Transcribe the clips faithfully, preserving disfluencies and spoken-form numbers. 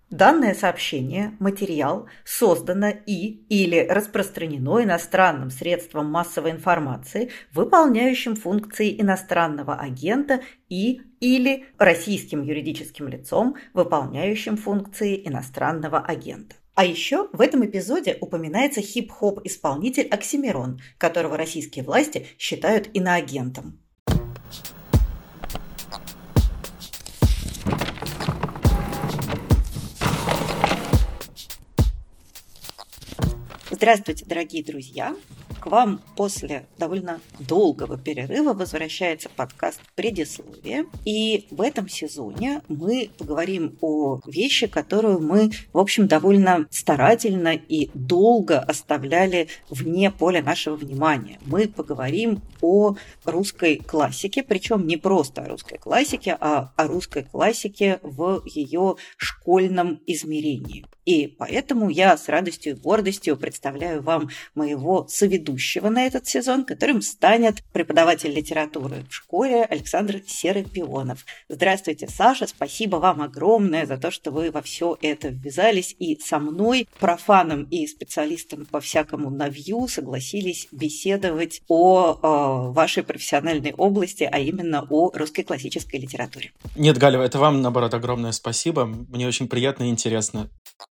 Данное сообщение, материал создано и или распространено иностранным средством массовой информации, выполняющим функции иностранного агента и или российским юридическим лицом, выполняющим функции иностранного агента. А еще в этом эпизоде упоминается хип-хоп-исполнитель Оксимирон, которого российские власти считают иноагентом. Здравствуйте, дорогие друзья! К вам после довольно долгого перерыва возвращается подкаст «Предисловие». И в этом сезоне мы поговорим о вещи, которую мы, в общем, довольно старательно и долго оставляли вне поля нашего внимания. Мы поговорим о русской классике, причем не просто о русской классике, а о русской классике в ее школьном измерении. И поэтому я с радостью и гордостью представляю вам моего соведущего на этот сезон, которым станет преподаватель литературы в школе Александр Серый-Пионов. Здравствуйте, Саша, спасибо вам огромное за то, что вы во все это ввязались и со мной, профаном и специалистом по всякому навью, согласились беседовать о, о вашей профессиональной области, а именно о русской классической литературе. Нет, Галя, это вам, наоборот, огромное спасибо. Мне очень приятно и интересно.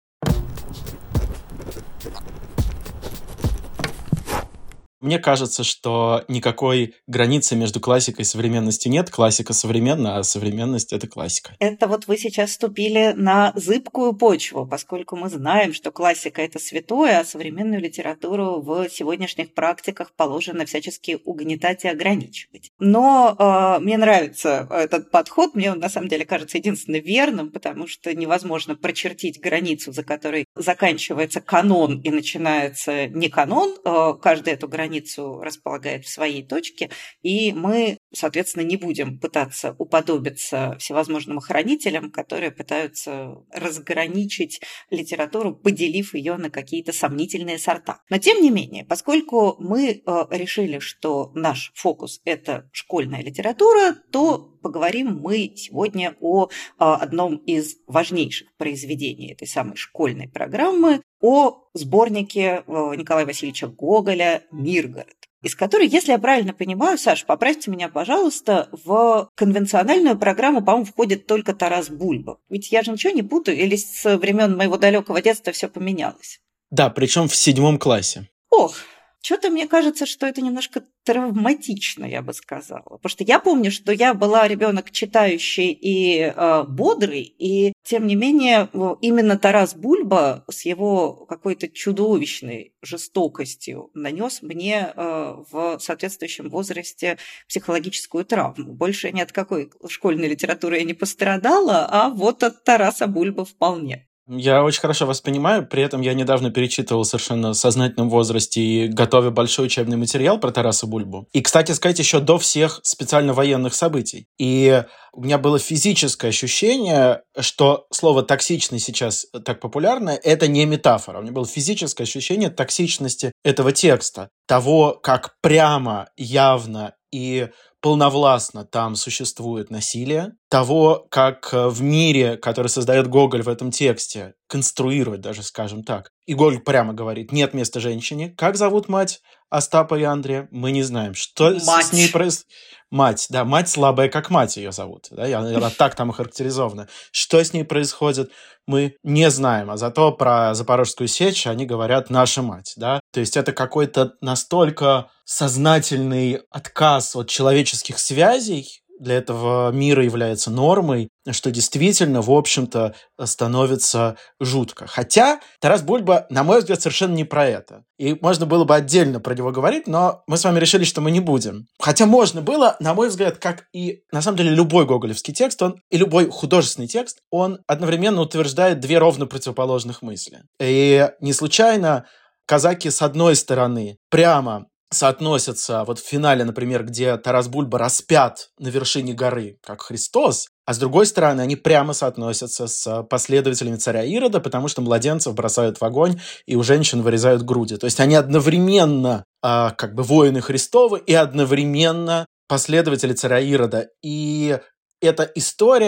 Мне кажется, что никакой границы между классикой и современностью нет. Классика современна, а современность — это классика. Это вот вы сейчас ступили на зыбкую почву, поскольку мы знаем, что классика — это святое, а современную литературу в сегодняшних практиках положено всячески угнетать и ограничивать. Но э, мне нравится этот подход, мне он на самом деле кажется единственно верным, потому что невозможно прочертить границу, за которой заканчивается канон и начинается не канон, э, каждый эту границу располагает в своей точке, и мы, соответственно, не будем пытаться уподобиться всевозможным охранителям, которые пытаются разграничить литературу, поделив ее на какие-то сомнительные сорта. Но, тем не менее, поскольку мы решили, что наш фокус – это школьная литература, то поговорим мы сегодня о одном из важнейших произведений этой самой школьной программы, о сборнике Николая Васильевича Гоголя «Миргород», из которой, если я правильно понимаю, Саш, поправьте меня, пожалуйста, в конвенциональную программу, по-моему, входит только Тарас Бульба. Ведь я же ничего не путаю, или с времен моего далекого детства все поменялось? Да, причем в седьмом классе. Ох, что-то мне кажется, что это немножко травматично, я бы сказала. Потому что я помню, что я была ребенок читающий и э, бодрый, и тем не менее именно Тарас Бульба с его какой-то чудовищной жестокостью нанес мне э, в соответствующем возрасте психологическую травму. Больше ни от какой школьной литературы я не пострадала, а вот от Тараса Бульбы вполне. Я очень хорошо вас понимаю, при этом я недавно перечитывал в совершенно сознательном возрасте и готовя большой учебный материал про Тараса Бульбу. И, кстати сказать, еще до всех специально военных событий. И у меня было физическое ощущение, что слово «токсичный» сейчас так популярно, это не метафора. У меня было физическое ощущение токсичности этого текста, того, как прямо, явно и полновластно там существует насилие, того, как в мире, который создает Гоголь в этом тексте, конструировать даже, скажем так. И Гоголь прямо говорит: нет места женщине. Как зовут мать Остапа и Андрея? Мы не знаем. Что мать. с ней происходит? Мать, да, мать слабая, как мать ее зовут. Да, она так там охарактеризована. Что с ней происходит, мы не знаем. А зато про Запорожскую сечь они говорят «наша мать». Да? То есть это какой-то настолько сознательный отказ от человеческих связей, для этого мира является нормой, что действительно, в общем-то, становится жутко. Хотя Тарас Бульба, на мой взгляд, совершенно не про это. И можно было бы отдельно про него говорить, но мы с вами решили, что мы не будем. Хотя можно было, на мой взгляд, как и, на самом деле, любой гоголевский текст, он и любой художественный текст, он одновременно утверждает две ровно противоположных мысли. И не случайно казаки, с одной стороны, прямо соотносятся вот в финале, например, где Тарас Бульба распят на вершине горы, как Христос, а с другой стороны, они прямо соотносятся с последователями царя Ирода, потому что младенцев бросают в огонь и у женщин вырезают груди. То есть они одновременно э, как бы воины Христовы и одновременно последователи царя Ирода. И эта история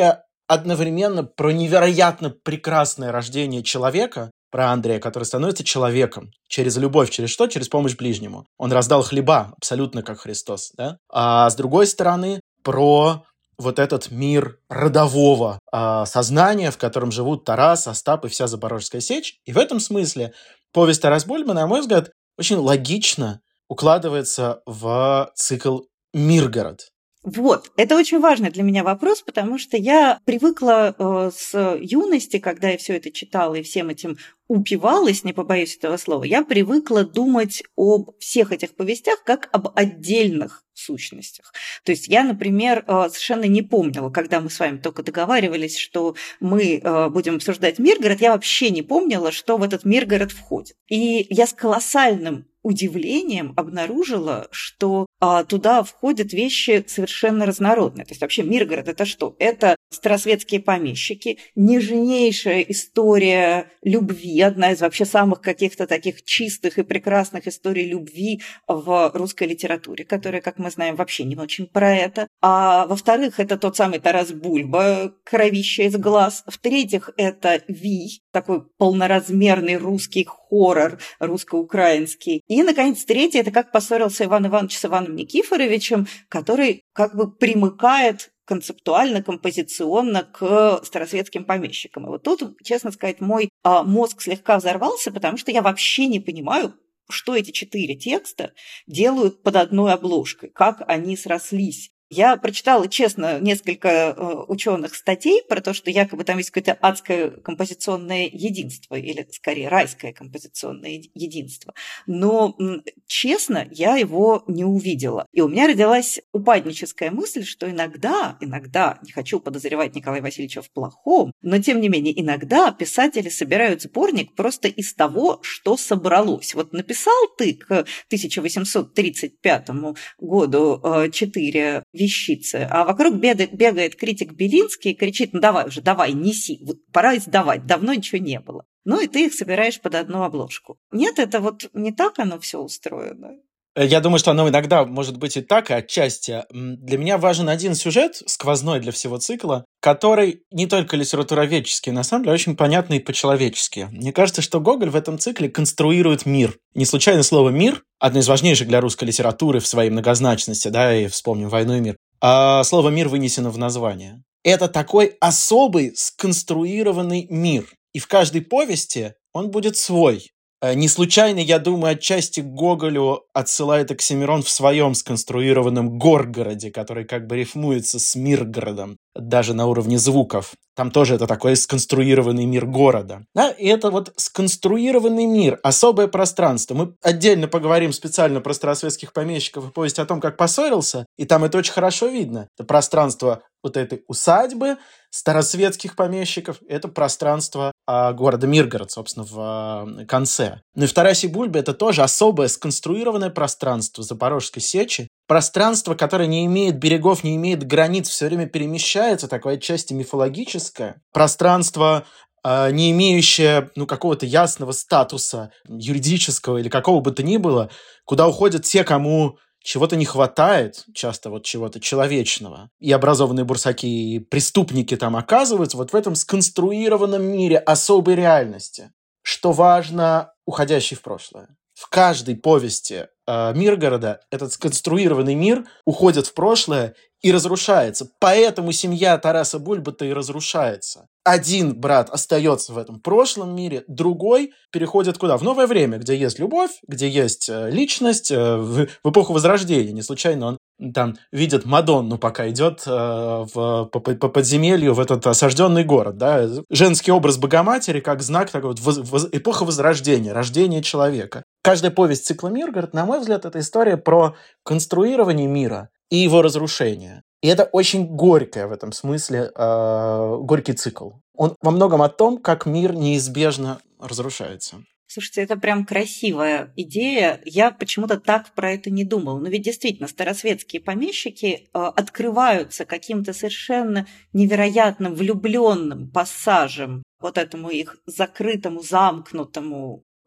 одновременно про невероятно прекрасное рождение человека, про Андрея, который становится человеком через любовь, через что? Через помощь ближнему. Он раздал хлеба, абсолютно как Христос, да? А с другой стороны, про вот этот мир родового э, сознания, в котором живут Тарас, Остап и вся Запорожская сечь. И в этом смысле повесть Тарас Бульба, на мой взгляд, очень логично укладывается в цикл «Миргород». Вот, это очень важный для меня вопрос, потому что я привыкла э, с юности, когда я все это читала и всем этим упивалась, не побоюсь этого слова, я привыкла думать об всех этих повестях как об отдельных сущностях. То есть я, например, э, совершенно не помнила, когда мы с вами только договаривались, что мы э, будем обсуждать Миргород, я вообще не помнила, что в этот Миргород входит. И я с колоссальным удивлением обнаружила, что а, туда входят вещи совершенно разнородные. То есть вообще Миргород – это что? Это старосветские помещики, нежнейшая история любви, одна из вообще самых каких-то таких чистых и прекрасных историй любви в русской литературе, которая, как мы знаем, вообще не очень про это. А во-вторых, это тот самый Тарас Бульба, кровища из глаз. В-третьих, это Вий, такой полноразмерный русский хоррор, русско-украинский. И, наконец, третье – это как поссорился Иван Иванович с Иваном Никифоровичем, который как бы примыкает концептуально, композиционно к старосветским помещикам. И вот тут, честно сказать, мой а, мозг слегка взорвался, потому что я вообще не понимаю, что эти четыре текста делают под одной обложкой, как они срослись. Я прочитала, честно, несколько э, ученых статей про то, что якобы там есть какое-то адское композиционное единство, или скорее райское композиционное единство. Но, м, честно, я его не увидела. И у меня родилась упадническая мысль, что иногда, иногда, не хочу подозревать Николая Васильевича в плохом, но тем не менее, иногда писатели собирают сборник просто из того, что собралось. Вот написал ты к тысяча восемьсот тридцать пятому году э, четыре вещицы, а вокруг бегает критик Белинский и кричит: ну давай уже, давай, неси, вот пора издавать, давно ничего не было. Ну и ты их собираешь под одну обложку. Нет, это вот не так оно все устроено. Я думаю, что оно иногда может быть и так, и отчасти. Для меня важен один сюжет, сквозной для всего цикла, который не только литературоведческий, на самом деле очень понятный и по-человечески. Мне кажется, что Гоголь в этом цикле конструирует мир. Не случайно слово «мир», одно из важнейших для русской литературы в своей многозначности, да, и вспомним «Войну и мир», а слово «мир» вынесено в название. Это такой особый сконструированный мир. И в каждой повести он будет свой. Не случайно, я думаю, отчасти Гоголю отсылает Оксимирон в своем сконструированном Горгороде, который как бы рифмуется с Миргородом, даже на уровне звуков. Там тоже это такой сконструированный мир города. Да? И это вот сконструированный мир, особое пространство. Мы отдельно поговорим специально про старосветских помещиков и повесть о том, как поссорился, и там это очень хорошо видно. Это пространство вот этой усадьбы, старосветских помещиков, это пространство а, города Миргород, собственно, в а, конце. Ну и в Тарасе Бульбе это тоже особое сконструированное пространство Запорожской сечи, пространство, которое не имеет берегов, не имеет границ, все время перемещается, такое отчасти мифологическое. Пространство, э, не имеющее ну, какого-то ясного статуса юридического или какого бы то ни было, куда уходят те, кому чего-то не хватает, часто вот чего-то человечного, и образованные бурсаки, и преступники там оказываются вот в этом сконструированном мире особой реальности. Что важно, уходящий в прошлое. В каждой повести э, Миргорода этот сконструированный мир уходит в прошлое и разрушается. Поэтому семья Тараса Бульбы-то и разрушается. Один брат остается в этом прошлом мире, другой переходит куда? В новое время, где есть любовь, где есть э, личность, э, в, в эпоху Возрождения. Не случайно он там видит Мадонну, пока идет э, в, по, по подземелью в этот осажденный город. Да? Женский образ Богоматери как знак такой вот воз, воз, эпоха Возрождения, рождения человека. Каждая повесть цикла Миргород, на мой взгляд, это история про конструирование мира и его разрушение. И это очень горькое в этом смысле, э, горький цикл. Он во многом о том, как мир неизбежно разрушается. Слушайте, это прям красивая идея. Я почему-то так про это не думала. Но ведь действительно, старосветские помещики э, открываются каким-то совершенно невероятным влюбленным пассажем вот этому их закрытому, замкнутому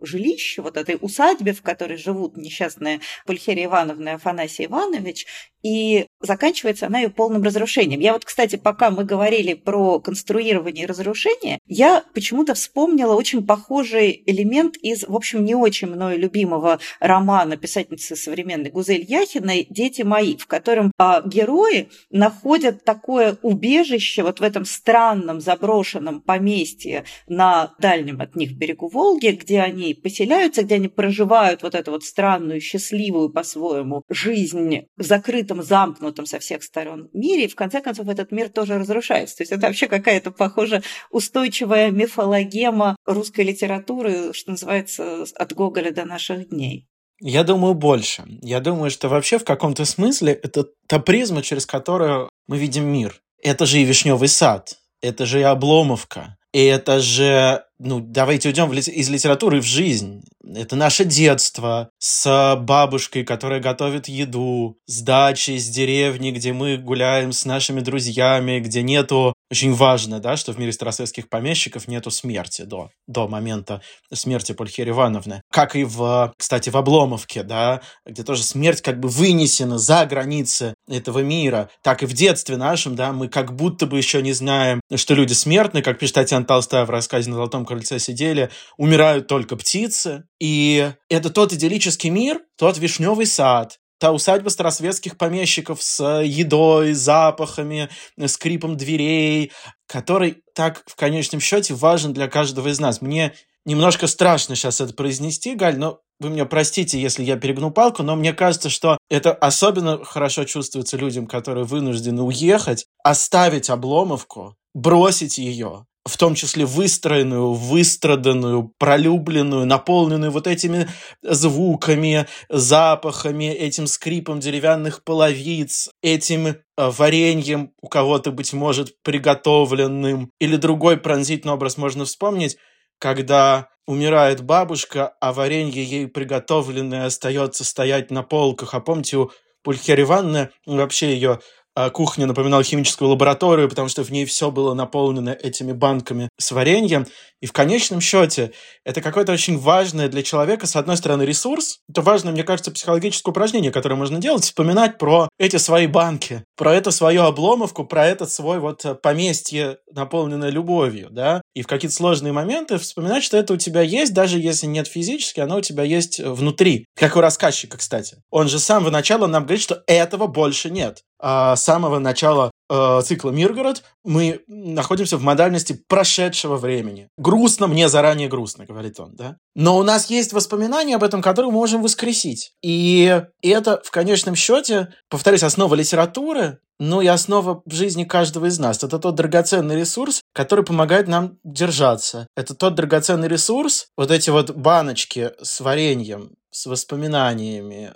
жилищу, вот этой усадьбе, в которой живут несчастная Пульхерия Ивановна и Афанасий Иванович, и заканчивается она ее полным разрушением. Я вот, кстати, пока мы говорили про конструирование и разрушение, я почему-то вспомнила очень похожий элемент из, в общем, не очень мною любимого романа писательницы современной Гузель Яхиной «Дети мои», в котором а, герои находят такое убежище вот в этом странном заброшенном поместье на дальнем от них берегу Волги, где они поселяются, где они проживают вот эту вот странную, счастливую по-своему жизнь в закрытом, замкнутом со всех сторон мире, и в конце концов этот мир тоже разрушается. То есть это вообще какая-то, похоже, устойчивая мифологема русской литературы, что называется, от Гоголя до наших дней. Я думаю, больше. Я думаю, что вообще в каком-то смысле это та призма, через которую мы видим мир. Это же и Вишневый сад, это же и Обломовка, и это же, ну, давайте уйдем из литературы в жизнь. Это наше детство с бабушкой, которая готовит еду, с дачей, с деревни, где мы гуляем с нашими друзьями, где нету... Очень важно, да, что в мире старосветских помещиков нету смерти до, до момента смерти Пульхерии Ивановны. Как и, в, кстати, в Обломовке, да, где тоже смерть как бы вынесена за границы этого мира. Так и в детстве нашем, да, мы как будто бы еще не знаем, что люди смертны, как пишет Татьяна Толстая в рассказе «На золотом крыльце сидели», умирают только птицы. И это тот идиллический мир, тот Вишневый сад, та усадьба старосветских помещиков с едой, запахами, скрипом дверей, который так в конечном счете важен для каждого из нас. Мне немножко страшно сейчас это произнести, Галь, но вы меня простите, если я перегну палку, но мне кажется, что это особенно хорошо чувствуется людям, которые вынуждены уехать, оставить Обломовку, бросить ее, в том числе выстроенную, выстраданную, пролюбленную, наполненную вот этими звуками, запахами, этим скрипом деревянных половиц, этим э, вареньем, у кого-то, быть может, приготовленным. Или другой пронзительный образ можно вспомнить, когда умирает бабушка, а варенье ей приготовленное остается стоять на полках. А помните, у Пульхерии Ивановны вообще ее... кухня напоминала химическую лабораторию, потому что в ней все было наполнено этими банками с вареньем. И в конечном счете это какое-то очень важное для человека, с одной стороны, ресурс. Это важное, мне кажется, психологическое упражнение, которое можно делать, вспоминать про эти свои банки, про эту свою Обломовку, про этот свой вот поместье, наполненное любовью, да. И в какие-то сложные моменты вспоминать, что это у тебя есть, даже если нет физически, оно у тебя есть внутри. Как у рассказчика, кстати. Он же с самого начала нам говорит, что этого больше нет. А с самого начала э, цикла «Миргород» мы находимся в модальности прошедшего времени. Грустно, мне заранее грустно, говорит он, да? Но у нас есть воспоминания об этом, которые мы можем воскресить. И это, в конечном счете, повторюсь, основа литературы, ну и основа жизни каждого из нас. Это тот драгоценный ресурс, который помогает нам держаться. Это тот драгоценный ресурс, вот эти вот баночки с вареньем, с воспоминаниями,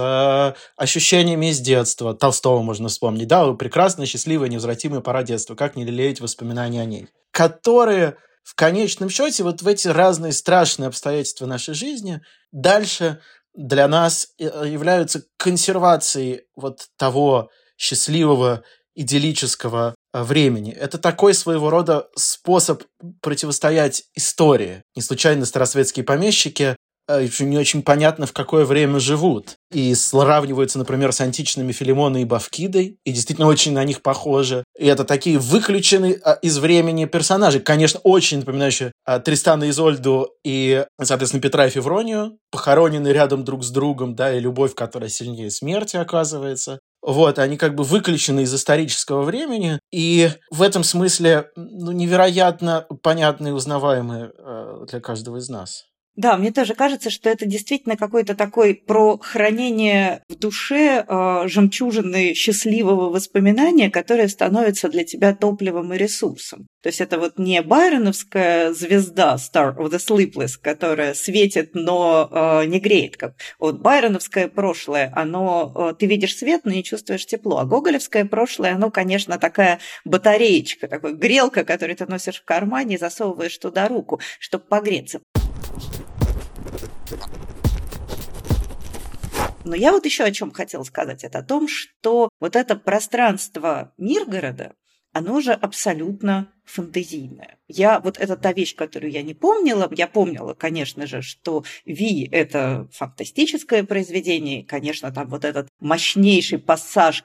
с ощущениями из детства. Толстого можно вспомнить, да, прекрасная, счастливая, невозвратимая пора детства. Как не лелеять воспоминания о ней? Которые в конечном счете вот в эти разные страшные обстоятельства нашей жизни дальше для нас являются консервацией вот того счастливого, идиллического времени. Это такой своего рода способ противостоять истории. Не случайно старосветские помещики еще не очень понятно, в какое время живут. И сравниваются, например, с античными Филимоной и Бавкидой, и действительно очень на них похожи. И это такие выключенные из времени персонажи, конечно, очень напоминающие Тристана и Изольду и, соответственно, Петра и Февронию, похороненные рядом друг с другом, да, и любовь, которая сильнее смерти, оказывается. Вот, они как бы выключены из исторического времени, и в этом смысле ну, невероятно понятные и узнаваемые э, для каждого из нас. Да, мне тоже кажется, что это действительно какой-то такой про хранение в душе э, жемчужины счастливого воспоминания, которое становится для тебя топливом и ресурсом. То есть это вот не байроновская звезда Star of the Sleepless, которая светит, но э, не греет. Как вот байроновское прошлое, оно э, ты видишь свет, но не чувствуешь тепло. А гоголевское прошлое, оно, конечно, такая батареечка, такой грелка, которую ты носишь в кармане и засовываешь туда руку, чтобы погреться. Но я вот еще о чем хотела сказать, это о том, что вот это пространство Миргорода, оно же абсолютно фэнтезийное. Я, вот это та вещь, которую я не помнила. Я помнила, конечно же, что Ви – это фантастическое произведение. Конечно, там вот этот мощнейший пассаж,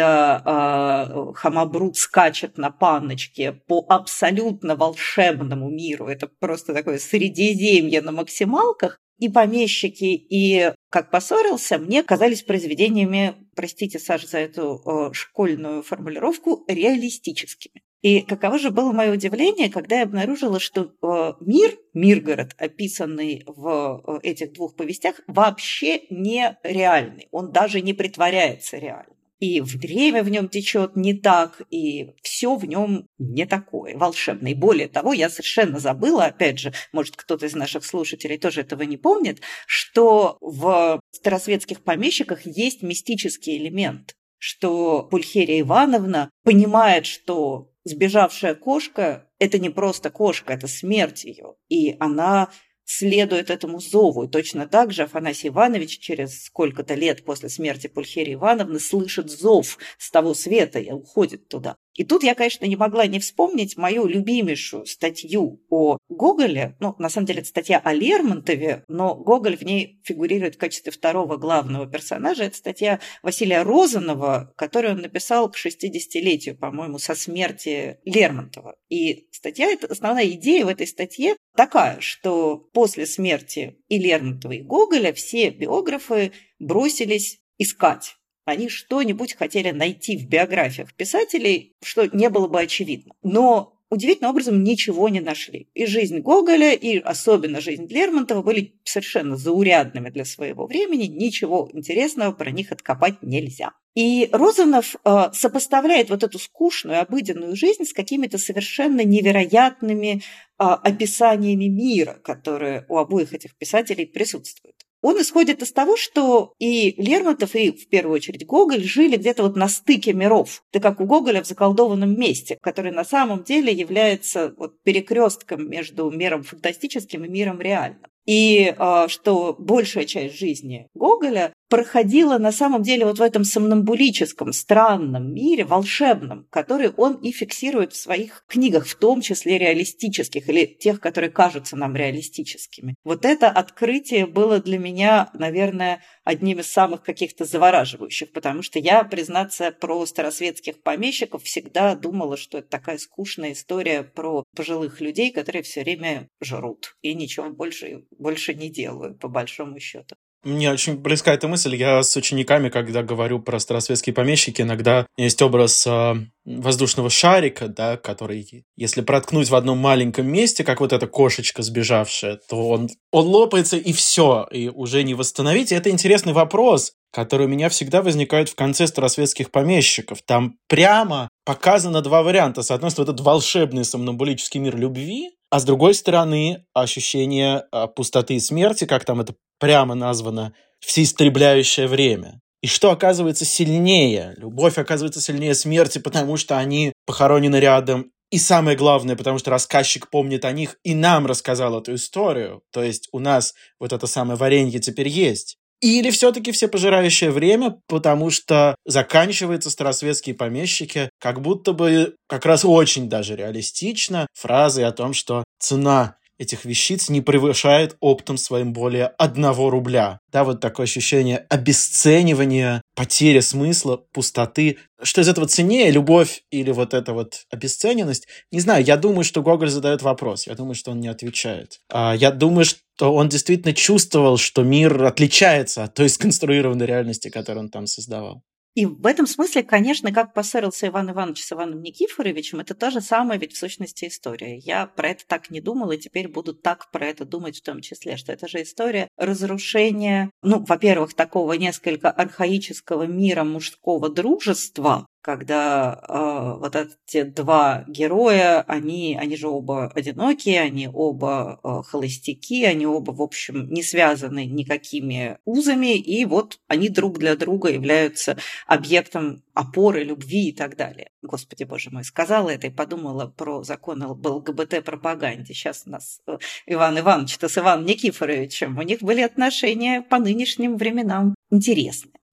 когда э, Хамабрут скачет на панночке по абсолютно волшебному миру. Это просто такое Средиземье на максималках. И «Помещики», и «Как поссорился» мне казались произведениями, простите, Саша, за эту э, школьную формулировку, реалистическими. И каково же было мое удивление, когда я обнаружила, что э, мир, Миргород, описанный в э, этих двух повестях, вообще не реальный. Он даже не притворяется реальным. И время в нем течет не так, и все в нем не такое волшебное. И более того, я совершенно забыла, опять же, может, кто-то из наших слушателей тоже этого не помнит, что в старосветских помещиках есть мистический элемент, что Пульхерия Ивановна понимает, что сбежавшая кошка – это не просто кошка, это смерть ее, и она следует этому зову. И точно так же Афанасий Иванович через сколько-то лет после смерти Пульхерии Ивановны слышит зов с того света и уходит туда. И тут я, конечно, не могла не вспомнить мою любимейшую статью о Гоголе. Ну, на самом деле, это статья о Лермонтове, но Гоголь в ней фигурирует в качестве второго главного персонажа. Это статья Василия Розанова, которую он написал к шестидесятилетию, по-моему, со смерти Лермонтова. И статья, это основная идея в этой статье такая, что после смерти и Лермонтова, и Гоголя все биографы бросились искать. Они что-нибудь хотели найти в биографиях писателей, что не было бы очевидно. Но удивительным образом ничего не нашли. И жизнь Гоголя, и особенно жизнь Лермонтова были совершенно заурядными для своего времени. Ничего интересного про них откопать нельзя. И Розанов э, сопоставляет вот эту скучную, обыденную жизнь с какими-то совершенно невероятными э, описаниями мира, которые у обоих этих писателей присутствуют. Он исходит из того, что и Лермонтов, и в первую очередь Гоголь жили где-то вот на стыке миров, так как у Гоголя в заколдованном месте, который на самом деле является вот перекрестком между миром фантастическим и миром реальным. И э, что большая часть жизни Гоголя проходила на самом деле вот в этом сомнамбулическом, странном мире, волшебном, который он и фиксирует в своих книгах, в том числе реалистических или тех, которые кажутся нам реалистическими. Вот это открытие было для меня, наверное, одним из самых каких-то завораживающих, потому что я, признаться, про старосветских помещиков всегда думала, что это такая скучная история про пожилых людей, которые все время жрут и ничего больше, больше не делают, по большому счету. Мне очень близка эта мысль. Я с учениками, когда говорю про старосветские помещики, иногда есть образ э, воздушного шарика, да, который, если проткнуть в одном маленьком месте, как вот эта кошечка сбежавшая, то он, он лопается, и все, и уже не восстановить. И это интересный вопрос, который у меня всегда возникает в конце старосветских помещиков. Там прямо показано два варианта. С одной стороны, этот волшебный сомнамбулический мир любви, а с другой стороны, ощущение э, пустоты и смерти, как там это прямо названо, всеистребляющее время. И что оказывается сильнее? Любовь оказывается сильнее смерти, потому что они похоронены рядом. И самое главное, потому что рассказчик помнит о них и нам рассказал эту историю. То есть у нас вот это самое варенье теперь есть. Или все-таки всепожирающее время, потому что заканчиваются старосветские помещики как будто бы как раз очень даже реалистично фразой о том, что цена этих вещиц не превышает оптом своим более одного рубля. Да, вот такое ощущение обесценивания, потери смысла, пустоты. Что из этого ценнее, любовь или вот эта вот обесцененность? Не знаю, я думаю, что Гоголь задает вопрос. Я думаю, что он не отвечает. Я думаю, что он действительно чувствовал, что мир отличается от той сконструированной реальности, которую он там создавал. И в этом смысле, конечно, как поссорился Иван Иванович с Иваном Никифоровичем, это та же самая ведь в сущности история. Я про это так не думала, и теперь буду так про это думать в том числе, что это же история разрушения, ну, во-первых, такого несколько архаического мира мужского дружества, когда э, вот эти два героя, они, они же оба одинокие, они оба э, холостяки, они оба, в общем, не связаны никакими узами, и вот они друг для друга являются объектом опоры, любви и так далее. Господи, боже мой, сказала это и подумала про закон об ЛГБТ-пропаганде. Сейчас у нас Иван Иванович-то с Иваном Никифоровичем, у них были отношения по нынешним временам интересные.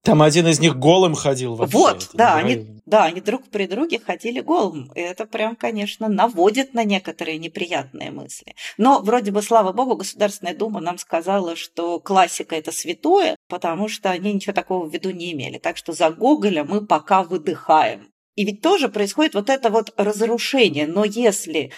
Там один из них голым ходил вообще. Вот, Это да, невероятно. они, да, они друг при друге ходили голым. И это прям, конечно, наводит на некоторые неприятные мысли. Но вроде бы, слава богу, Государственная Дума нам сказала, что классика – это святое, потому что они ничего такого в виду не имели. Так что за Гоголя мы пока выдыхаем. И ведь тоже происходит вот это вот разрушение. Но если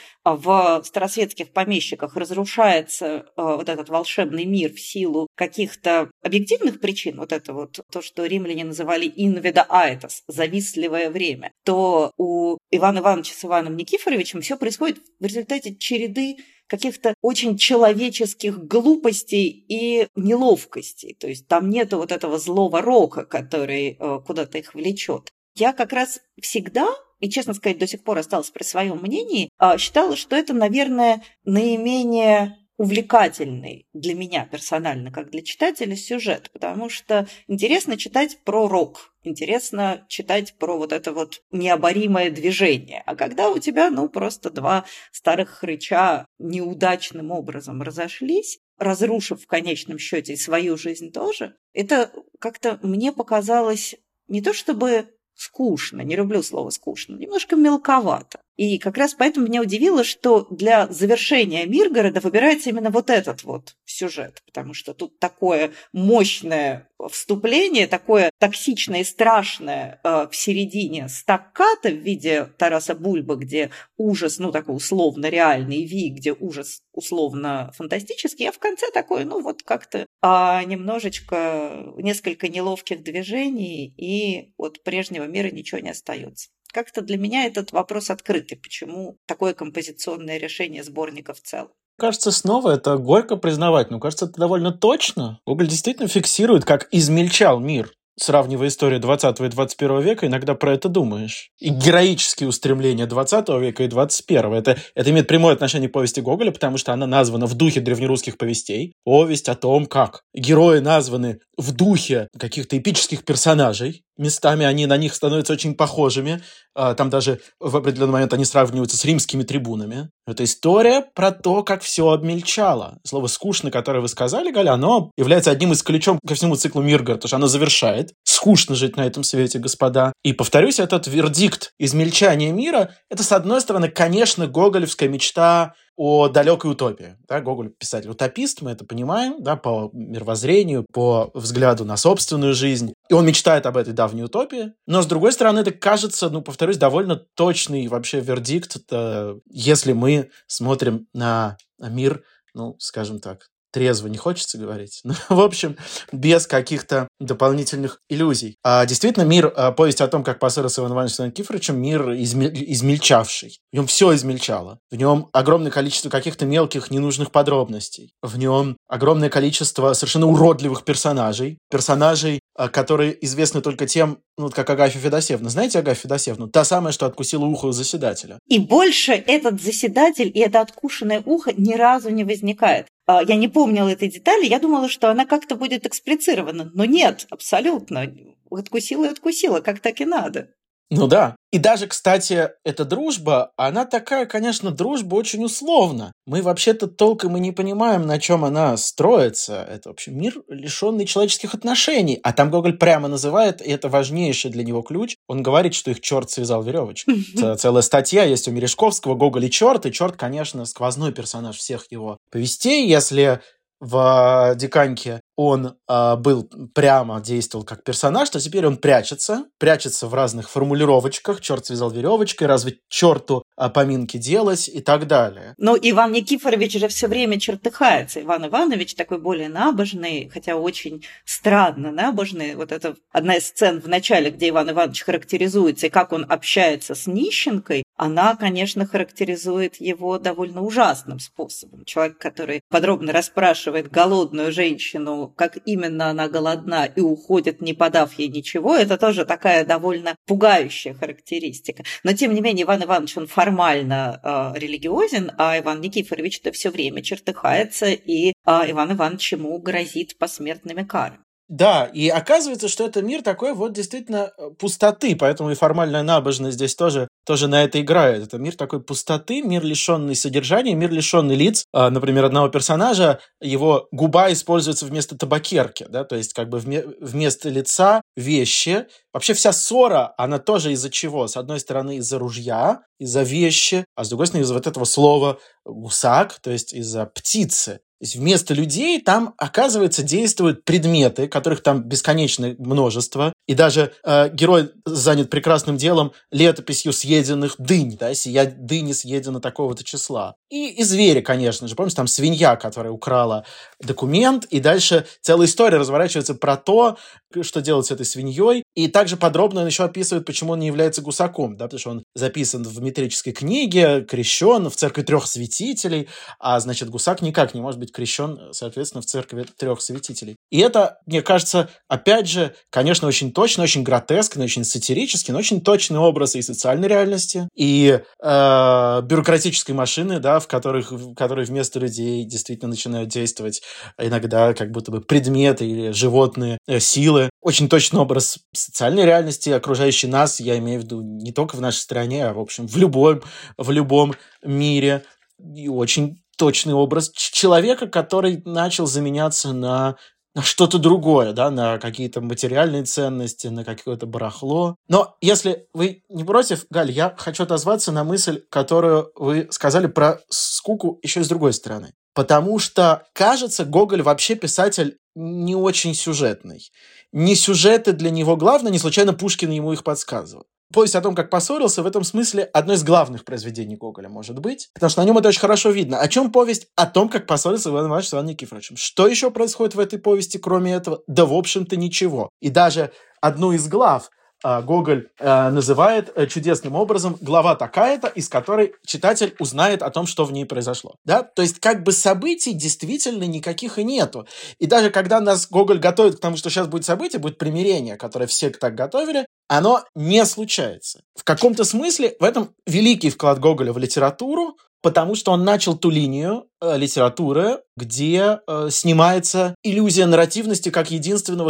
в старосветских помещиках разрушается вот этот волшебный мир в силу каких-то объективных причин, вот это вот то, что римляне называли «invida aetas», завистливое время, то у Ивана Ивановича с Иваном Никифоровичем все происходит в результате череды каких-то очень человеческих глупостей и неловкостей. То есть там нету вот этого злого рока, который куда-то их влечет. Я как раз всегда, и, честно сказать, до сих пор осталась при своем мнении, считала, что это, наверное, наименее увлекательный для меня персонально, как для читателя, сюжет, потому что интересно читать про рок, интересно читать про вот это вот необоримое движение. А когда у тебя, ну, просто два старых хрыча неудачным образом разошлись, разрушив в конечном счете свою жизнь тоже, это как-то мне показалось не то чтобы скучно, не люблю слово скучно, немножко мелковато. И как раз поэтому меня удивило, что для завершения Миргорода выбирается именно вот этот вот сюжет, потому что тут такое мощное вступление, такое токсичное и страшное э, в середине стаккато в виде Тараса Бульбы, где ужас, ну, такой условно реальный, Ви, где ужас условно фантастический, а в конце такой, ну, вот как-то а, немножечко, несколько неловких движений, и от прежнего мира ничего не остается. Как-то для меня этот вопрос открытый, почему такое композиционное решение сборника в целом. Кажется, снова это горько признавать, но кажется, это довольно точно. Гоголь действительно фиксирует, как измельчал мир. Сравнивая историю двадцатого и двадцать первого века, иногда про это думаешь. И героические устремления двадцатого века и двадцать первого. Это, это имеет прямое отношение к повести Гоголя, потому что она названа в духе древнерусских повестей. Повесть о том, как герои названы в духе каких-то эпических персонажей. Местами они на них становятся очень похожими. Там даже в определенный момент они сравниваются с римскими трибунами. Это история про то, как все обмельчало. Слово «скучно», которое вы сказали, Галя, оно является одним из ключом ко всему циклу Миргорода, потому что оно завершает. Скучно жить на этом свете, господа. И, повторюсь, этот вердикт измельчания мира, это, с одной стороны, конечно, гоголевская мечта о далекой утопии. Да, Гоголь писатель-утопист, мы это понимаем, да, по мировоззрению, по взгляду на собственную жизнь. И он мечтает об этой давней утопии. Но, с другой стороны, это кажется, ну, повторюсь, довольно точный вообще вердикт, это, если мы смотрим на мир, ну, скажем так, трезво не хочется говорить, но, в общем, без каких-то дополнительных иллюзий. А, действительно, мир, а, повесть о том, как поссорился Иван Иванович с Иваном Никифоровичем, мир измель, измельчавший. В нем все измельчало. В нем огромное количество каких-то мелких ненужных подробностей. В нем огромное количество совершенно уродливых персонажей. Персонажей, а, которые известны только тем, ну, вот как Агафья Федосеевна. Знаете Агафью Федосеевну? Та самая, что откусила ухо у заседателя. И больше этот заседатель и это откушенное ухо ни разу не возникает. Я не помнила этой детали, я думала, что она как-то будет эксплицирована. Но нет, абсолютно. Откусила и откусила, как так и надо. Ну да. И даже, кстати, эта дружба, она такая, конечно, дружба очень условна. Мы вообще-то толком и не понимаем, на чем она строится. Это, в общем, мир, лишенный человеческих отношений. А там Гоголь прямо называет, и это важнейший для него ключ, он говорит, что их черт связал веревочкой. Целая статья есть у Мережковского «Гоголь и черт», и черт, конечно, сквозной персонаж всех его повестей. Если в «Диканьке» он э, был прямо действовал как персонаж, то теперь он прячется, прячется в разных формулировочках, черт связал веревочкой, разве черту э, поминки делать и так далее. Но Иван Никифорович же все время чертыхается. Иван Иванович такой более набожный, хотя очень странно набожный. Вот это одна из сцен в начале, где Иван Иванович характеризуется, и как он общается с нищенкой, она, конечно, характеризует его довольно ужасным способом. Человек, который подробно расспрашивает голодную женщину, как именно она голодна, и уходит, не подав ей ничего, это тоже такая довольно пугающая характеристика. Но, тем не менее, Иван Иванович, он формально э, религиозен, а Иван Никифорович-то все время чертыхается, и э, Иван Иванович ему грозит посмертными карами. Да, и оказывается, что это мир такой вот действительно пустоты, поэтому и формальная набожность здесь тоже, тоже на это играет. Это мир такой пустоты, мир, лишенный содержания, мир, лишенный лиц. А, например, одного персонажа, его губа используется вместо табакерки, да, то есть как бы вме- вместо лица вещи. Вообще вся ссора, она тоже из-за чего? С одной стороны, из-за ружья, из-за вещи, а с другой стороны, из-за вот этого слова гусак, то есть из-за птицы. То есть вместо людей там, оказывается, действуют предметы, которых там бесконечное множество. И даже э, герой занят прекрасным делом летописью съеденных дынь. Да, сия дыни съедена такого-то числа. И, и звери, конечно же. Помните, там свинья, которая украла документ. И дальше целая история разворачивается про то, что делать с этой свиньей. И также подробно он еще описывает, почему он не является гусаком. Да, потому что он записан в метрической книге, крещен в церкви трех святителей. А значит, гусак никак не может быть крещен, соответственно, в церкви трех святителей. И это, мне кажется, опять же, конечно, очень точно, очень гротескно, очень сатирически, но очень точный образ и социальной реальности, и э, бюрократической машины, да, в которых, в которой вместо людей действительно начинают действовать иногда как будто бы предметы или животные э, силы. Очень точный образ социальной реальности, окружающей нас, я имею в виду не только в нашей стране, а, в общем, в любом, в любом мире. И очень точный образ человека, который начал заменяться на, на что-то другое, да, на какие-то материальные ценности, на какое-то барахло. Но если вы не против, Галь, я хочу отозваться на мысль, которую вы сказали про скуку еще и с другой стороны. Потому что, кажется, Гоголь вообще писатель не очень сюжетный. Не сюжеты для него главное, не случайно Пушкин ему их подсказывал. Повесть о том, как поссорился, в этом смысле одно из главных произведений Гоголя может быть, потому что на нем это очень хорошо видно. О чем повесть? О том, как поссорился Иван Иванович с Иваном Никифоровичем. Что еще происходит в этой повести, кроме этого? Да, в общем-то, ничего. И даже одну из глав Гоголь э, называет э, чудесным образом глава такая-то, из которой читатель узнает о том, что в ней произошло. Да? То есть как бы событий действительно никаких и нету. И даже когда нас Гоголь готовит к тому, что сейчас будет событие, будет примирение, которое все так готовили, оно не случается. В каком-то смысле в этом великий вклад Гоголя в литературу, потому что он начал ту линию э, литературы, где э, снимается иллюзия нарративности как единственного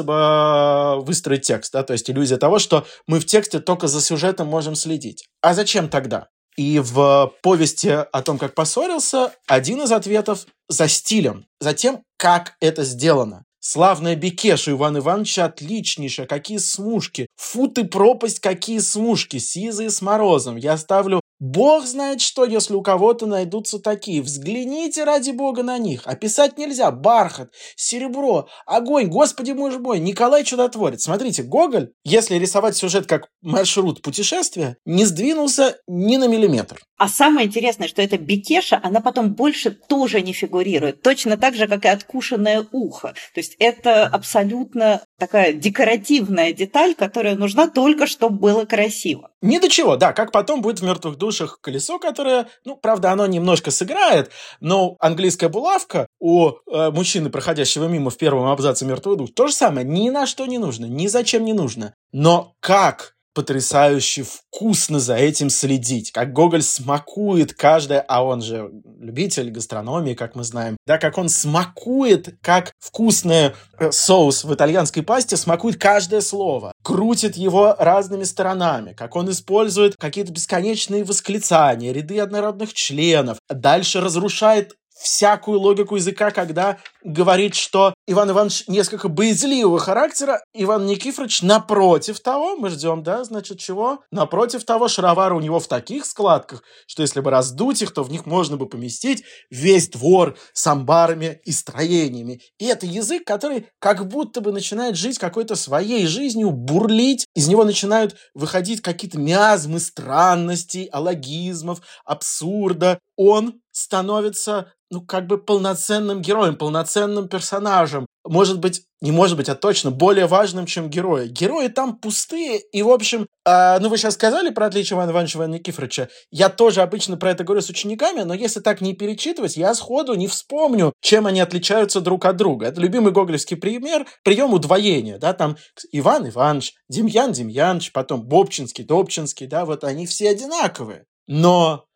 способа выстроить текст. Да? То есть иллюзия того, что мы в тексте только за сюжетом можем следить. А зачем тогда? И в повести о том, как поссорился, один из ответов за стилем, за тем, как это сделано. Славная Бекеша Ивана Ивановича отличнейшая, какие смушки. Фу ты пропасть, какие смушки, сизые с морозом. Я ставлю бог знает что, если у кого-то найдутся такие. Взгляните ради бога на них. Описать нельзя. Бархат, серебро, огонь, господи мой мой, Николай Чудотворец. Смотрите, Гоголь, если рисовать сюжет как маршрут путешествия, не сдвинулся ни на миллиметр. А самое интересное, что эта Бекеша, она потом больше тоже не фигурирует. Точно так же, как и откушенное ухо. То есть это абсолютно такая декоративная деталь, которая нужна только, чтобы было красиво. Ни до чего, да, как потом будет в «Мертвых душах» колесо, которое, ну, правда, оно немножко сыграет, но английская булавка у э, мужчины, проходящего мимо в первом абзаце «Мертвых душ», то же самое, ни на что не нужно, ни зачем не нужно. Но как потрясающе вкусно за этим следить, как Гоголь смакует каждое, а он же любитель гастрономии, как мы знаем, да, как он смакует, как вкусный соус в итальянской пасте смакует каждое слово, крутит его разными сторонами, как он использует какие-то бесконечные восклицания, ряды однородных членов, дальше разрушает всякую логику языка, когда говорит, что Иван Иванович несколько боязливого характера, Иван Никифорович напротив того, мы ждем, да, значит, чего? Напротив того, шаровары у него в таких складках, что если бы раздуть их, то в них можно бы поместить весь двор с амбарами и строениями. И это язык, который как будто бы начинает жить какой-то своей жизнью, бурлить, из него начинают выходить какие-то миазмы странностей, аллогизмов, абсурда. Он становится, ну, как бы полноценным героем, полноценным персонажем. Может быть, не может быть, а точно более важным, чем герои. Герои там пустые, и, в общем, э, ну, вы сейчас сказали про отличие Ивана Ивановича и Ивана Никифоровича. Я тоже обычно про это говорю с учениками, но если так не перечитывать, я сходу не вспомню, чем они отличаются друг от друга. Это любимый гоголевский пример, прием удвоения, да, там Иван Иванович, Демьян Демьянович, потом Бобчинский, Добчинский, да, вот они все одинаковые. Но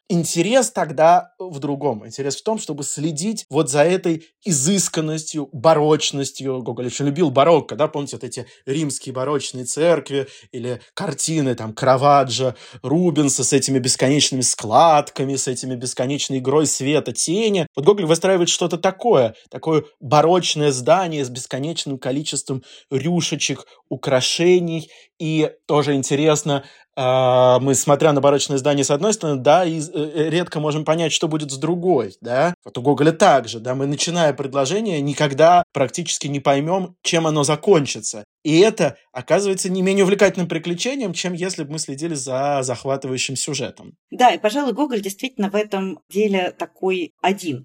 интерес тогда в другом. Интерес в том, чтобы следить вот за этой изысканностью, барочностью. Гоголь очень любил барокко, да, помните, вот эти римские барочные церкви или картины там Караваджо, Рубенса с этими бесконечными складками, с этими бесконечной игрой света, тени. Вот Гоголь выстраивает что-то такое, такое барочное здание с бесконечным количеством рюшечек, украшений. И тоже интересно, мы, смотря на барочное здание с одной стороны, да, и редко можем понять, что будет с другой, да. Вот у Гоголя также, да, мы, начиная предложение, никогда практически не поймем, чем оно закончится. И это оказывается не менее увлекательным приключением, чем если бы мы следили за захватывающим сюжетом. Да, и, пожалуй, Гоголь действительно в этом деле такой один.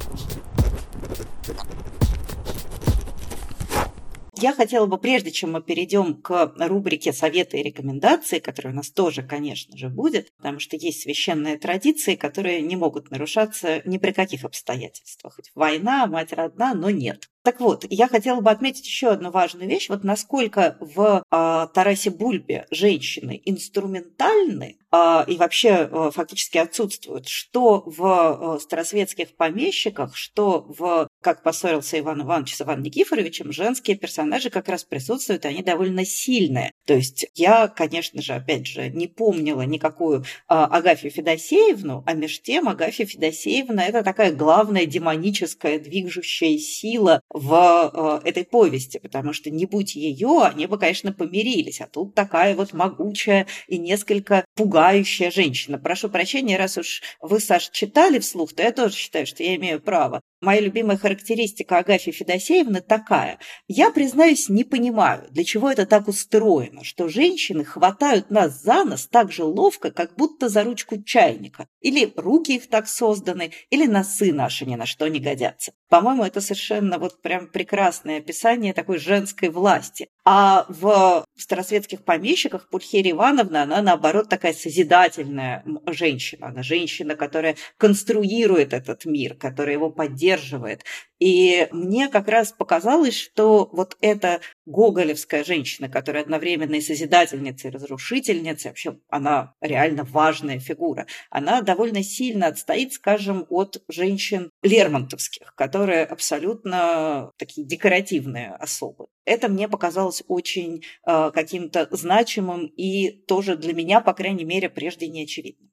Я хотела бы, прежде чем мы перейдем к рубрике «Советы и рекомендации», которая у нас тоже, конечно же, будет, потому что есть священные традиции, которые не могут нарушаться ни при каких обстоятельствах. Хоть война, мать родна, но нет. Так вот, я хотела бы отметить еще одну важную вещь. Вот насколько в э, Тарасе Бульбе женщины инструментальны э, и вообще э, фактически отсутствуют, что в э, старосветских помещиках, что в «Как поссорился Иван Иванович с Иваном Никифоровичем», женские персонажи как раз присутствуют, и они довольно сильные. То есть я, конечно же, опять же, не помнила никакую э, Агафью Федосеевну, а меж тем Агафья Федосеевна – это такая главная демоническая движущая сила в э, этой повести, потому что не будь ее, они бы, конечно, помирились. А тут такая вот могучая и несколько пугающая женщина. Прошу прощения, раз уж вы, Саш, читали вслух, то я тоже считаю, что я имею право. Моя любимая характеристика Агафьи Федосеевны такая. Я, признаюсь, не понимаю, для чего это так устроено, что женщины хватают нас за нос так же ловко, как будто за ручку чайника. Или руки их так созданы, или носы наши ни на что не годятся. По-моему, это совершенно вот прям прекрасное описание такой женской власти. А в старосветских помещиках Пульхерия Ивановна, она, наоборот, такая созидательная женщина. Она женщина, которая конструирует этот мир, которая его поддерживает. И мне как раз показалось, что вот эта гоголевская женщина, которая одновременно и созидательница, и разрушительница, вообще она реально важная фигура, она довольно сильно отстоит, скажем, от женщин лермонтовских, которые абсолютно такие декоративные особы. Это мне показалось очень э, каким-то значимым и тоже для меня, по крайней мере, прежде не очевидным.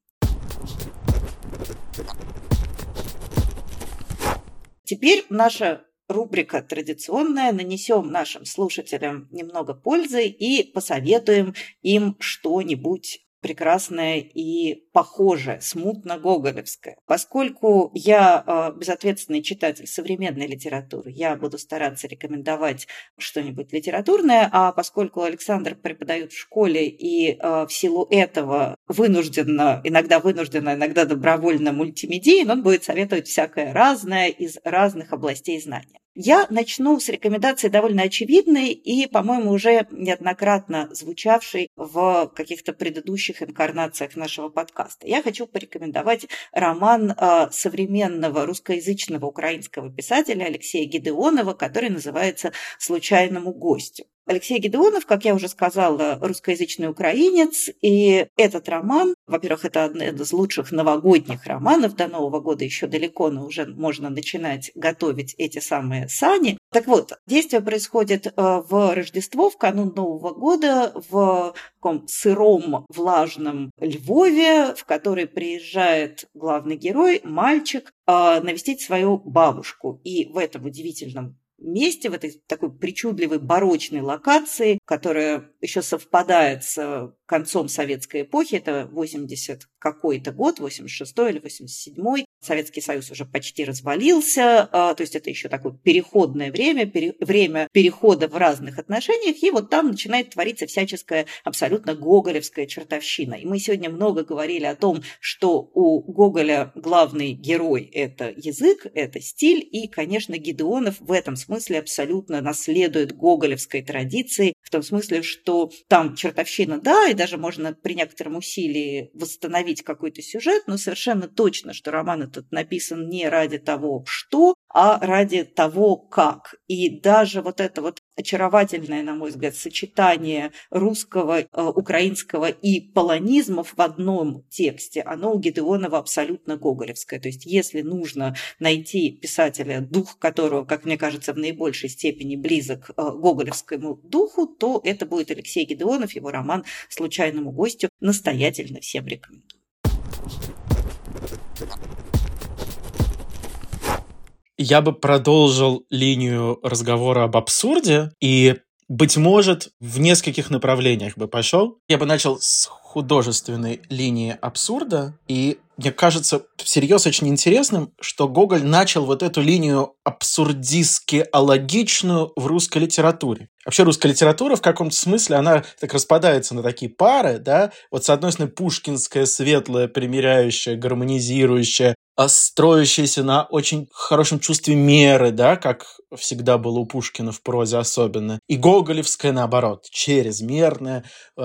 Теперь наша рубрика традиционная. Нанесем нашим слушателям немного пользы и посоветуем им что-нибудь прекрасное и похожее, смутно гоголевское. Поскольку я э, безответственный читатель современной литературы, я буду стараться рекомендовать что-нибудь литературное, а поскольку Александр преподает в школе и э, в силу этого вынужденно, иногда вынужденно, иногда добровольно мультимедиен, он будет советовать всякое разное из разных областей знания. Я начну с рекомендации довольно очевидной и, по-моему, уже неоднократно звучавшей в каких-то предыдущих инкарнациях нашего подкаста. Я хочу порекомендовать роман э, современного русскоязычного украинского писателя Алексея Гедеонова, который называется «Случайному гостю». Алексей Гедеонов, как я уже сказала, русскоязычный украинец, и этот роман, во-первых, это один из лучших новогодних романов, до Нового года еще далеко, но уже можно начинать готовить эти самые сани. Так вот, действие происходит в Рождество, в канун Нового года, в таком сыром, влажном Львове, в который приезжает главный герой, мальчик, навестить свою бабушку. И в этом удивительном месте, в этой такой причудливой барочной локации, которая еще совпадает с концом советской эпохи, это восемьдесят какой-то год, восемьдесят шестой или восемьдесят седьмой, Советский Союз уже почти развалился, то есть это еще такое переходное время, пере, время перехода в разных отношениях, и вот там начинает твориться всяческая абсолютно гоголевская чертовщина. И мы сегодня много говорили о том, что у Гоголя главный герой – это язык, это стиль, и, конечно, Гедеонов в этом смысле абсолютно наследует гоголевской традиции, в том смысле, что там чертовщина, да, и даже можно при некотором усилии восстановить какой-то сюжет, но совершенно точно, что роман этот написан не ради того, что, а ради того, как. И даже вот эта вот очаровательное, на мой взгляд, сочетание русского, украинского и полонизмов в одном тексте, оно у Гедеонова абсолютно гоголевское. То есть если нужно найти писателя, дух которого, как мне кажется, в наибольшей степени близок к гоголевскому духу, то это будет Алексей Гедеонов, его роман «Случайному гостю». Настоятельно всем рекомендую. Я бы продолжил линию разговора об абсурде и, быть может, в нескольких направлениях бы пошел. Я бы начал с художественной линии абсурда, и мне кажется всерьез очень интересным, что Гоголь начал вот эту линию абсурдистски-алогичную в русской литературе. Вообще русская литература в каком-то смысле, она так распадается на такие пары, да, вот с одной стороны пушкинская, светлая, примиряющая, гармонизирующая, строящаяся на очень хорошем чувстве меры, да, как всегда было у Пушкина в прозе особенно, и гоголевская, наоборот, чрезмерная,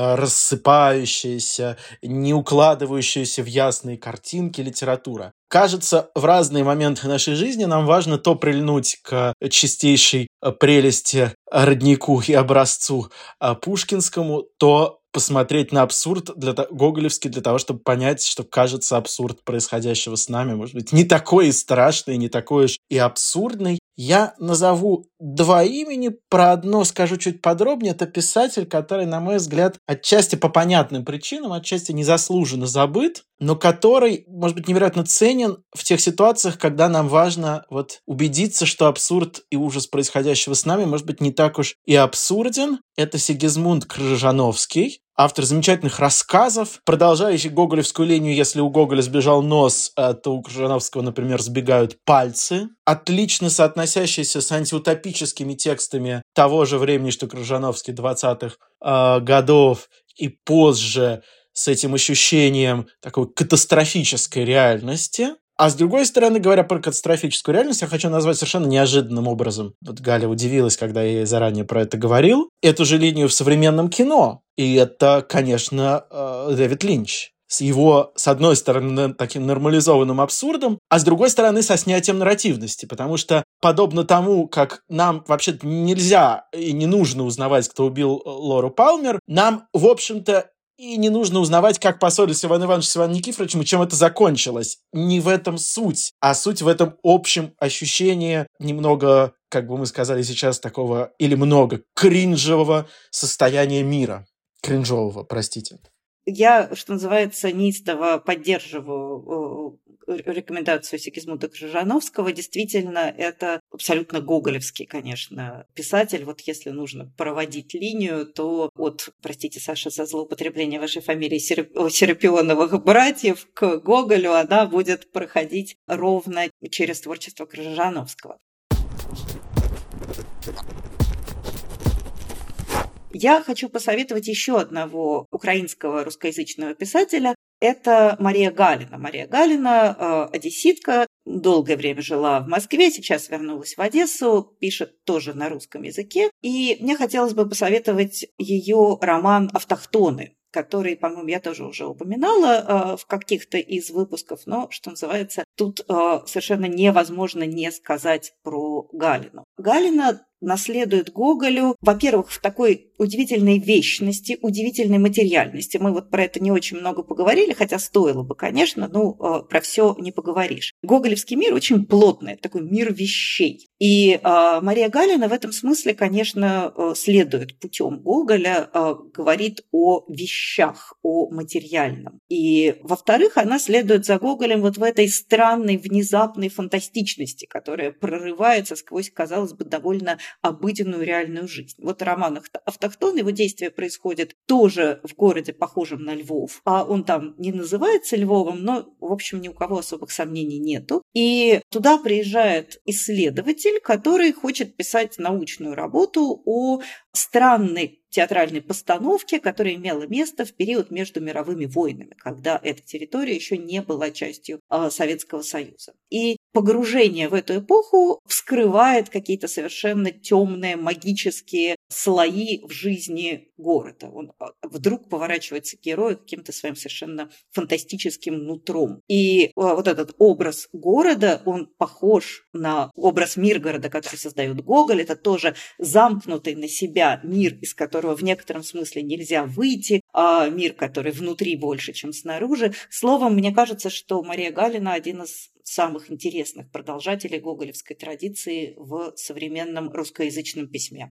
рассыпающаяся, не укладывающаяся в ясные картинки литература. Кажется, в разные моменты нашей жизни нам важно то прильнуть к чистейшей прелести, роднику и образцу пушкинскому, то посмотреть на абсурд для, гоголевский для того, чтобы понять, что, кажется, абсурд происходящего с нами, может быть, не такой и страшный, не такой уж и абсурдный. Я назову два имени, про одно скажу чуть подробнее. Это писатель, который, на мой взгляд, отчасти по понятным причинам, отчасти незаслуженно забыт, но который, может быть, невероятно ценен в тех ситуациях, когда нам важно вот убедиться, что абсурд и ужас происходящего с нами, может быть, не так уж и абсурден. Это Сигизмунд Крыжановский, автор замечательных рассказов, продолжающий гоголевскую линию. Если у Гоголя сбежал нос, то у Крыжановского, например, сбегают пальцы. Отлично соотносящийся с антиутопическими текстами того же времени, что Крыжановский, двадцатых э, годов и позже, с этим ощущением такой катастрофической реальности. А с другой стороны, говоря про катастрофическую реальность, я хочу назвать совершенно неожиданным образом. Вот Галя удивилась, когда я ей заранее про это говорил. Эту же линию в современном кино. И это, конечно, Дэвид Линч. С его, с одной стороны, таким нормализованным абсурдом, а с другой стороны, со снятием нарративности. Потому что, подобно тому, как нам вообще-то нельзя и не нужно узнавать, кто убил Лору Палмер, нам, в общем-то, и не нужно узнавать, как поссорились Иван Иванович с Иваном Никифоровичем и чем это закончилось. Не в этом суть, а суть в этом общем ощущении немного, как бы мы сказали сейчас, такого или много кринжевого состояния мира. Кринжового, простите. Я, что называется, неистово поддерживаю рекомендацию Сигизмунда Крыжановского. Действительно, это абсолютно гоголевский, конечно, писатель. Вот если нужно проводить линию, то от, простите, Саша, за злоупотребление вашей фамилии, Серапионовых братьев к Гоголю она будет проходить ровно через творчество Крыжановского. Я хочу посоветовать еще одного украинского русскоязычного писателя. Это Мария Галина. Мария Галина э, одесситка, долгое время жила в Москве, сейчас вернулась в Одессу, пишет тоже на русском языке. И мне хотелось бы посоветовать ее роман «Автохтоны», который, по-моему, я тоже уже упоминала э, в каких-то из выпусков, но, что называется, тут э, совершенно невозможно не сказать про Галину. Галина наследует Гоголю, во-первых, в такой удивительной вечности, удивительной материальности. Мы вот про это не очень много поговорили, хотя стоило бы, конечно, но э, про все не поговоришь. Гоголевский мир очень плотный, такой мир вещей. И э, Мария Галина в этом смысле, конечно, э, следует путем Гоголя, э, говорит о вещах, о материальном. И, во-вторых, она следует за Гоголем вот в этой странной, внезапной фантастичности, которая прорывается сквозь, казалось бы, довольно обыденную реальную жизнь. Вот роман «Автохтон», его действие происходит тоже в городе, похожем на Львов. А он там не называется Львовом, но, в общем, ни у кого особых сомнений нету. И туда приезжает исследователь, который хочет писать научную работу о странной театральной постановке, которая имела место в период между мировыми войнами, когда эта территория еще не была частью э, Советского Союза. И погружение в эту эпоху вскрывает какие-то совершенно темные магические слои в жизни города. Он вдруг поворачивается к герою каким-то своим совершенно фантастическим нутром. И вот этот образ города, он похож на образ Миргорода, который создает Гоголь. Это тоже замкнутый на себя мир, из которого в некотором смысле нельзя выйти, а мир, который внутри больше, чем снаружи. Словом, мне кажется, что Мария Галина один из самых интересных продолжателей гоголевской традиции в современном русскоязычном письме.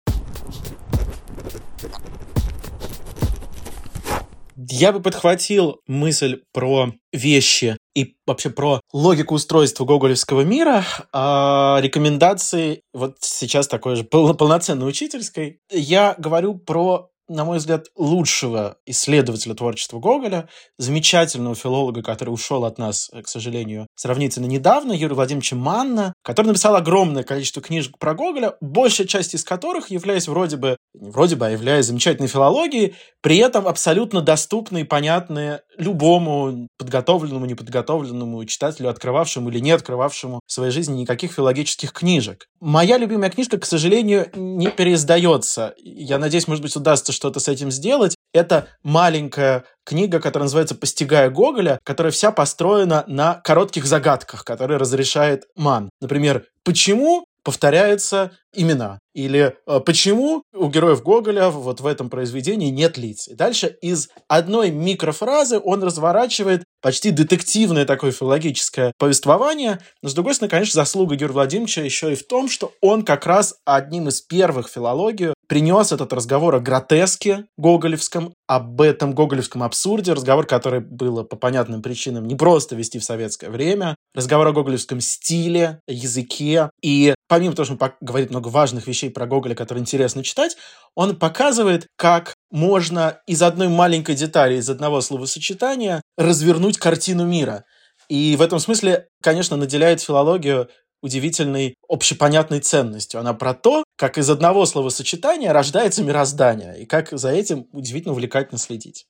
Я бы подхватил мысль про вещи и вообще про логику устройства гоголевского мира, а рекомендации вот сейчас такой же пол- полноценной учительской. Я говорю про, на мой взгляд, лучшего исследователя творчества Гоголя, замечательного филолога, который ушел от нас, к сожалению, сравнительно недавно, Юрия Владимировича Манна, который написал огромное количество книжек про Гоголя, большая часть из которых, являясь вроде бы, не вроде бы, а являясь замечательной филологией, при этом абсолютно доступны и понятны любому подготовленному, неподготовленному читателю, открывавшему или не открывавшему в своей жизни никаких филологических книжек. Моя любимая книжка, к сожалению, не переиздается. Я надеюсь, может быть, удастся что-то с этим сделать. Это маленькая книга, которая называется «Постигая Гоголя», которая вся построена на коротких загадках, которые разрешает Манн. Например, почему повторяются имена? Или почему у героев Гоголя вот в этом произведении нет лиц? И дальше из одной микрофразы он разворачивает почти детективное такое филологическое повествование. Но, с другой стороны, конечно, заслуга Юрия Владимировича еще и в том, что он как раз одним из первых в филологию принес этот разговор о гротеске гоголевском, об этом гоголевском абсурде, разговор, который было по понятным причинам не просто вести в советское время, разговор о гоголевском стиле, языке. И помимо того, что он говорит много важных вещей про Гоголя, которые интересно читать, он показывает, как можно из одной маленькой детали, из одного словосочетания развернуть картину мира. И в этом смысле, конечно, наделяет филологию удивительной общепонятной ценностью. Она про то, как из одного словосочетания рождается мироздание, и как за этим удивительно увлекательно следить.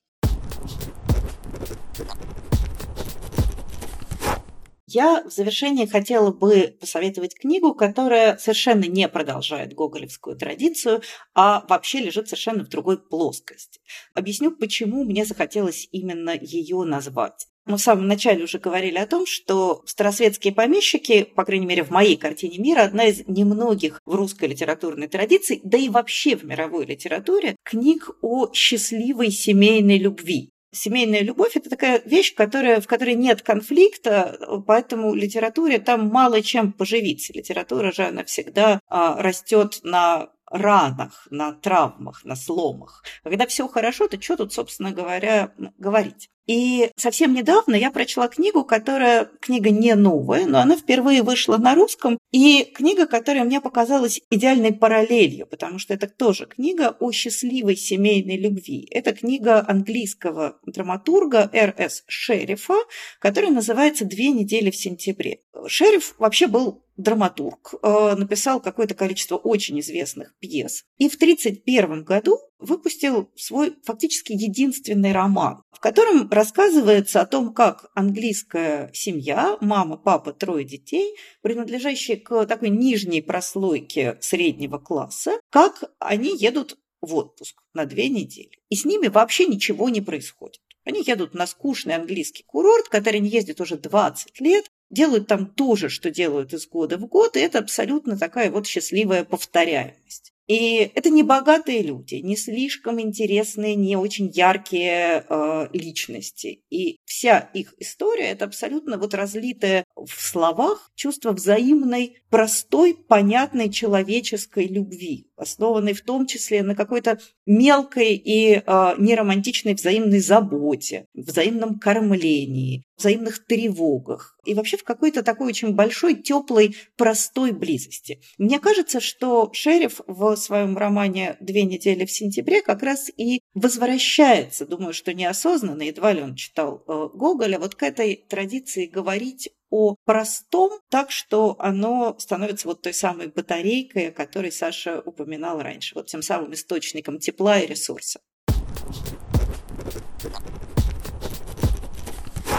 Я в завершение хотела бы посоветовать книгу, которая совершенно не продолжает гоголевскую традицию, а вообще лежит совершенно в другой плоскости. Объясню, почему мне захотелось именно ее назвать. Мы в самом начале уже говорили о том, что старосветские помещики, по крайней мере, в моей картине мира, одна из немногих в русской литературной традиции, да и вообще в мировой литературе, книг о счастливой семейной любви. Семейная любовь – это такая вещь, которая, в которой нет конфликта, поэтому литературе там мало чем поживиться. Литература же, она всегда а, растет на ранах, на травмах, на сломах. Когда все хорошо, то что тут, собственно говоря, говорить? И совсем недавно я прочла книгу, которая, книга не новая, но она впервые вышла на русском, и книга, которая мне показалась идеальной параллелью, потому что это тоже книга о счастливой семейной любви. Это книга английского драматурга Р С Шерифа, которая называется «Две недели в сентябре». Шериф вообще был драматург, написал какое-то количество очень известных пьес, и в тридцать первом году выпустил свой фактически единственный роман, в котором рассказывается о том, как английская семья, мама, папа, трое детей, принадлежащие к такой нижней прослойке среднего класса, как они едут в отпуск на две недели. И с ними вообще ничего не происходит. Они едут на скучный английский курорт, который не ездит уже двадцать лет, делают там то же, что делают из года в год, и это абсолютно такая вот счастливая повторяемость. И это не богатые люди, не слишком интересные, не очень яркие э, личности. И вся их история – это абсолютно вот разлитое в словах чувство взаимной, простой, понятной человеческой любви, основанной в том числе на какой-то мелкой и э, неромантичной взаимной заботе, взаимном кормлении, взаимных тревогах и вообще в какой-то такой очень большой, теплой, простой близости. Мне кажется, что Шериф в своем романе «Две недели в сентябре» как раз и возвращается, думаю, что неосознанно, едва ли он читал э, Гоголя, вот к этой традиции говорить о простом, так что оно становится вот той самой батарейкой, о которой Саша упоминал раньше, вот тем самым источником тепла и ресурса.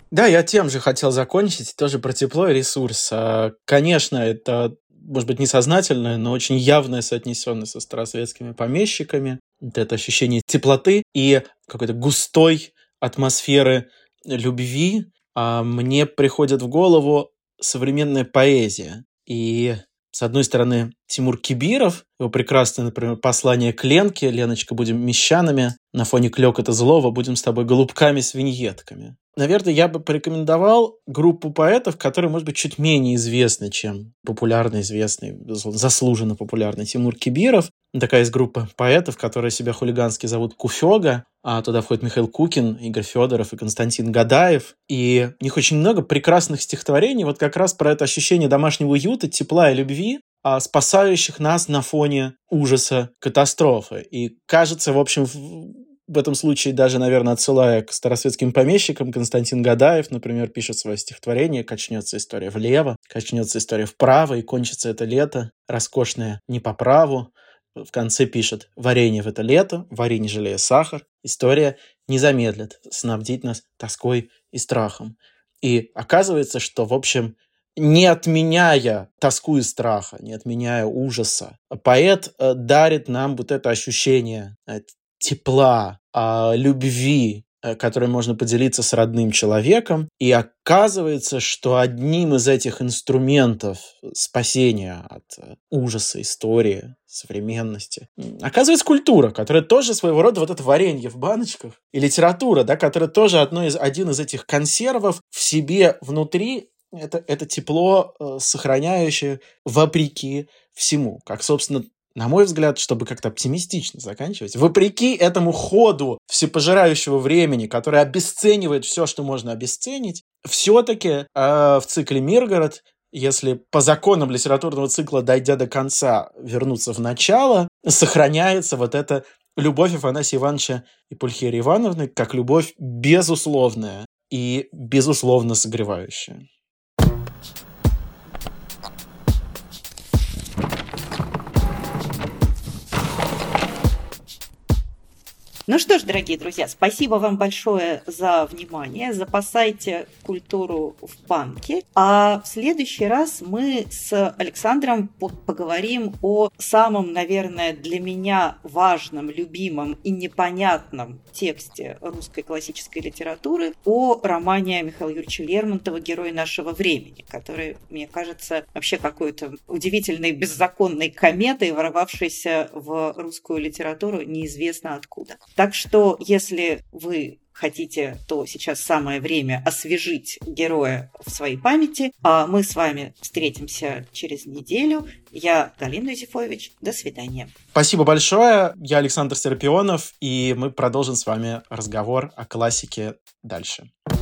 Да, я тем же хотел закончить, тоже про тепло и ресурс. Конечно, это, может быть, несознательное, но очень явное соотнесенное со старосветскими помещиками. Вот это ощущение теплоты и какой-то густой атмосферы любви. А мне приходит в голову современная поэзия. И, с одной стороны, Тимур Кибиров, его прекрасное, например, послание к Ленке: «Леночка, будем мещанами, на фоне клёкота злого будем с тобой голубками с виньетками». Наверное, я бы порекомендовал группу поэтов, которые, может быть, чуть менее известны, чем популярно известный, заслуженно популярный Тимур Кибиров. Такая есть группа поэтов, которые себя хулигански зовут Куфёга, а туда входят Михаил Кукин, Игорь Федоров и Константин Гадаев. И у них очень много прекрасных стихотворений вот как раз про это ощущение домашнего уюта, тепла и любви, спасающих нас на фоне ужаса катастрофы. И кажется, в общем, в этом случае даже, наверное, отсылая к старосветским помещикам, Константин Гадаев, например, пишет свое стихотворение: «Качнется история влево, качнется история вправо, и кончится это лето, роскошное не по праву». В конце пишет: «Варенье в это лето, вари, не жалея сахар, история не замедлит снабдить нас тоской и страхом». И оказывается, что, в общем, не отменяя тоску и страха, не отменяя ужаса, поэт дарит нам вот это ощущение тепла, любви, которой можно поделиться с родным человеком. И оказывается, что одним из этих инструментов спасения от ужаса истории, современности, оказывается культура, которая тоже своего рода вот это варенье в баночках, и литература, да, которая тоже одно из, один из этих консервов в себе внутри. Это, это тепло, сохраняющее вопреки всему. Как, собственно, на мой взгляд, чтобы как-то оптимистично заканчивать, вопреки этому ходу всепожирающего времени, который обесценивает все, что можно обесценить, все-таки э, в цикле «Миргород», если по законам литературного цикла, дойдя до конца, вернуться в начало, сохраняется вот эта любовь Афанасия Ивановича и Пульхерии Ивановны как любовь безусловная и безусловно согревающая. Ну что ж, дорогие друзья, спасибо вам большое за внимание. Запасайте культуру в банке. А в следующий раз мы с Александром поговорим о самом, наверное, для меня важном, любимом и непонятном тексте русской классической литературы, о романе Михаила Юрьевича Лермонтова «Герой нашего времени», который, мне кажется, вообще какой-то удивительной беззаконной кометой, ворвавшейся в русскую литературу неизвестно откуда. Так что, если вы хотите, то сейчас самое время освежить героя в своей памяти. А мы с вами встретимся через неделю. Я Галина Юзефович. До свидания. Спасибо большое. Я Александр Серапионов, и мы продолжим с вами разговор о классике дальше.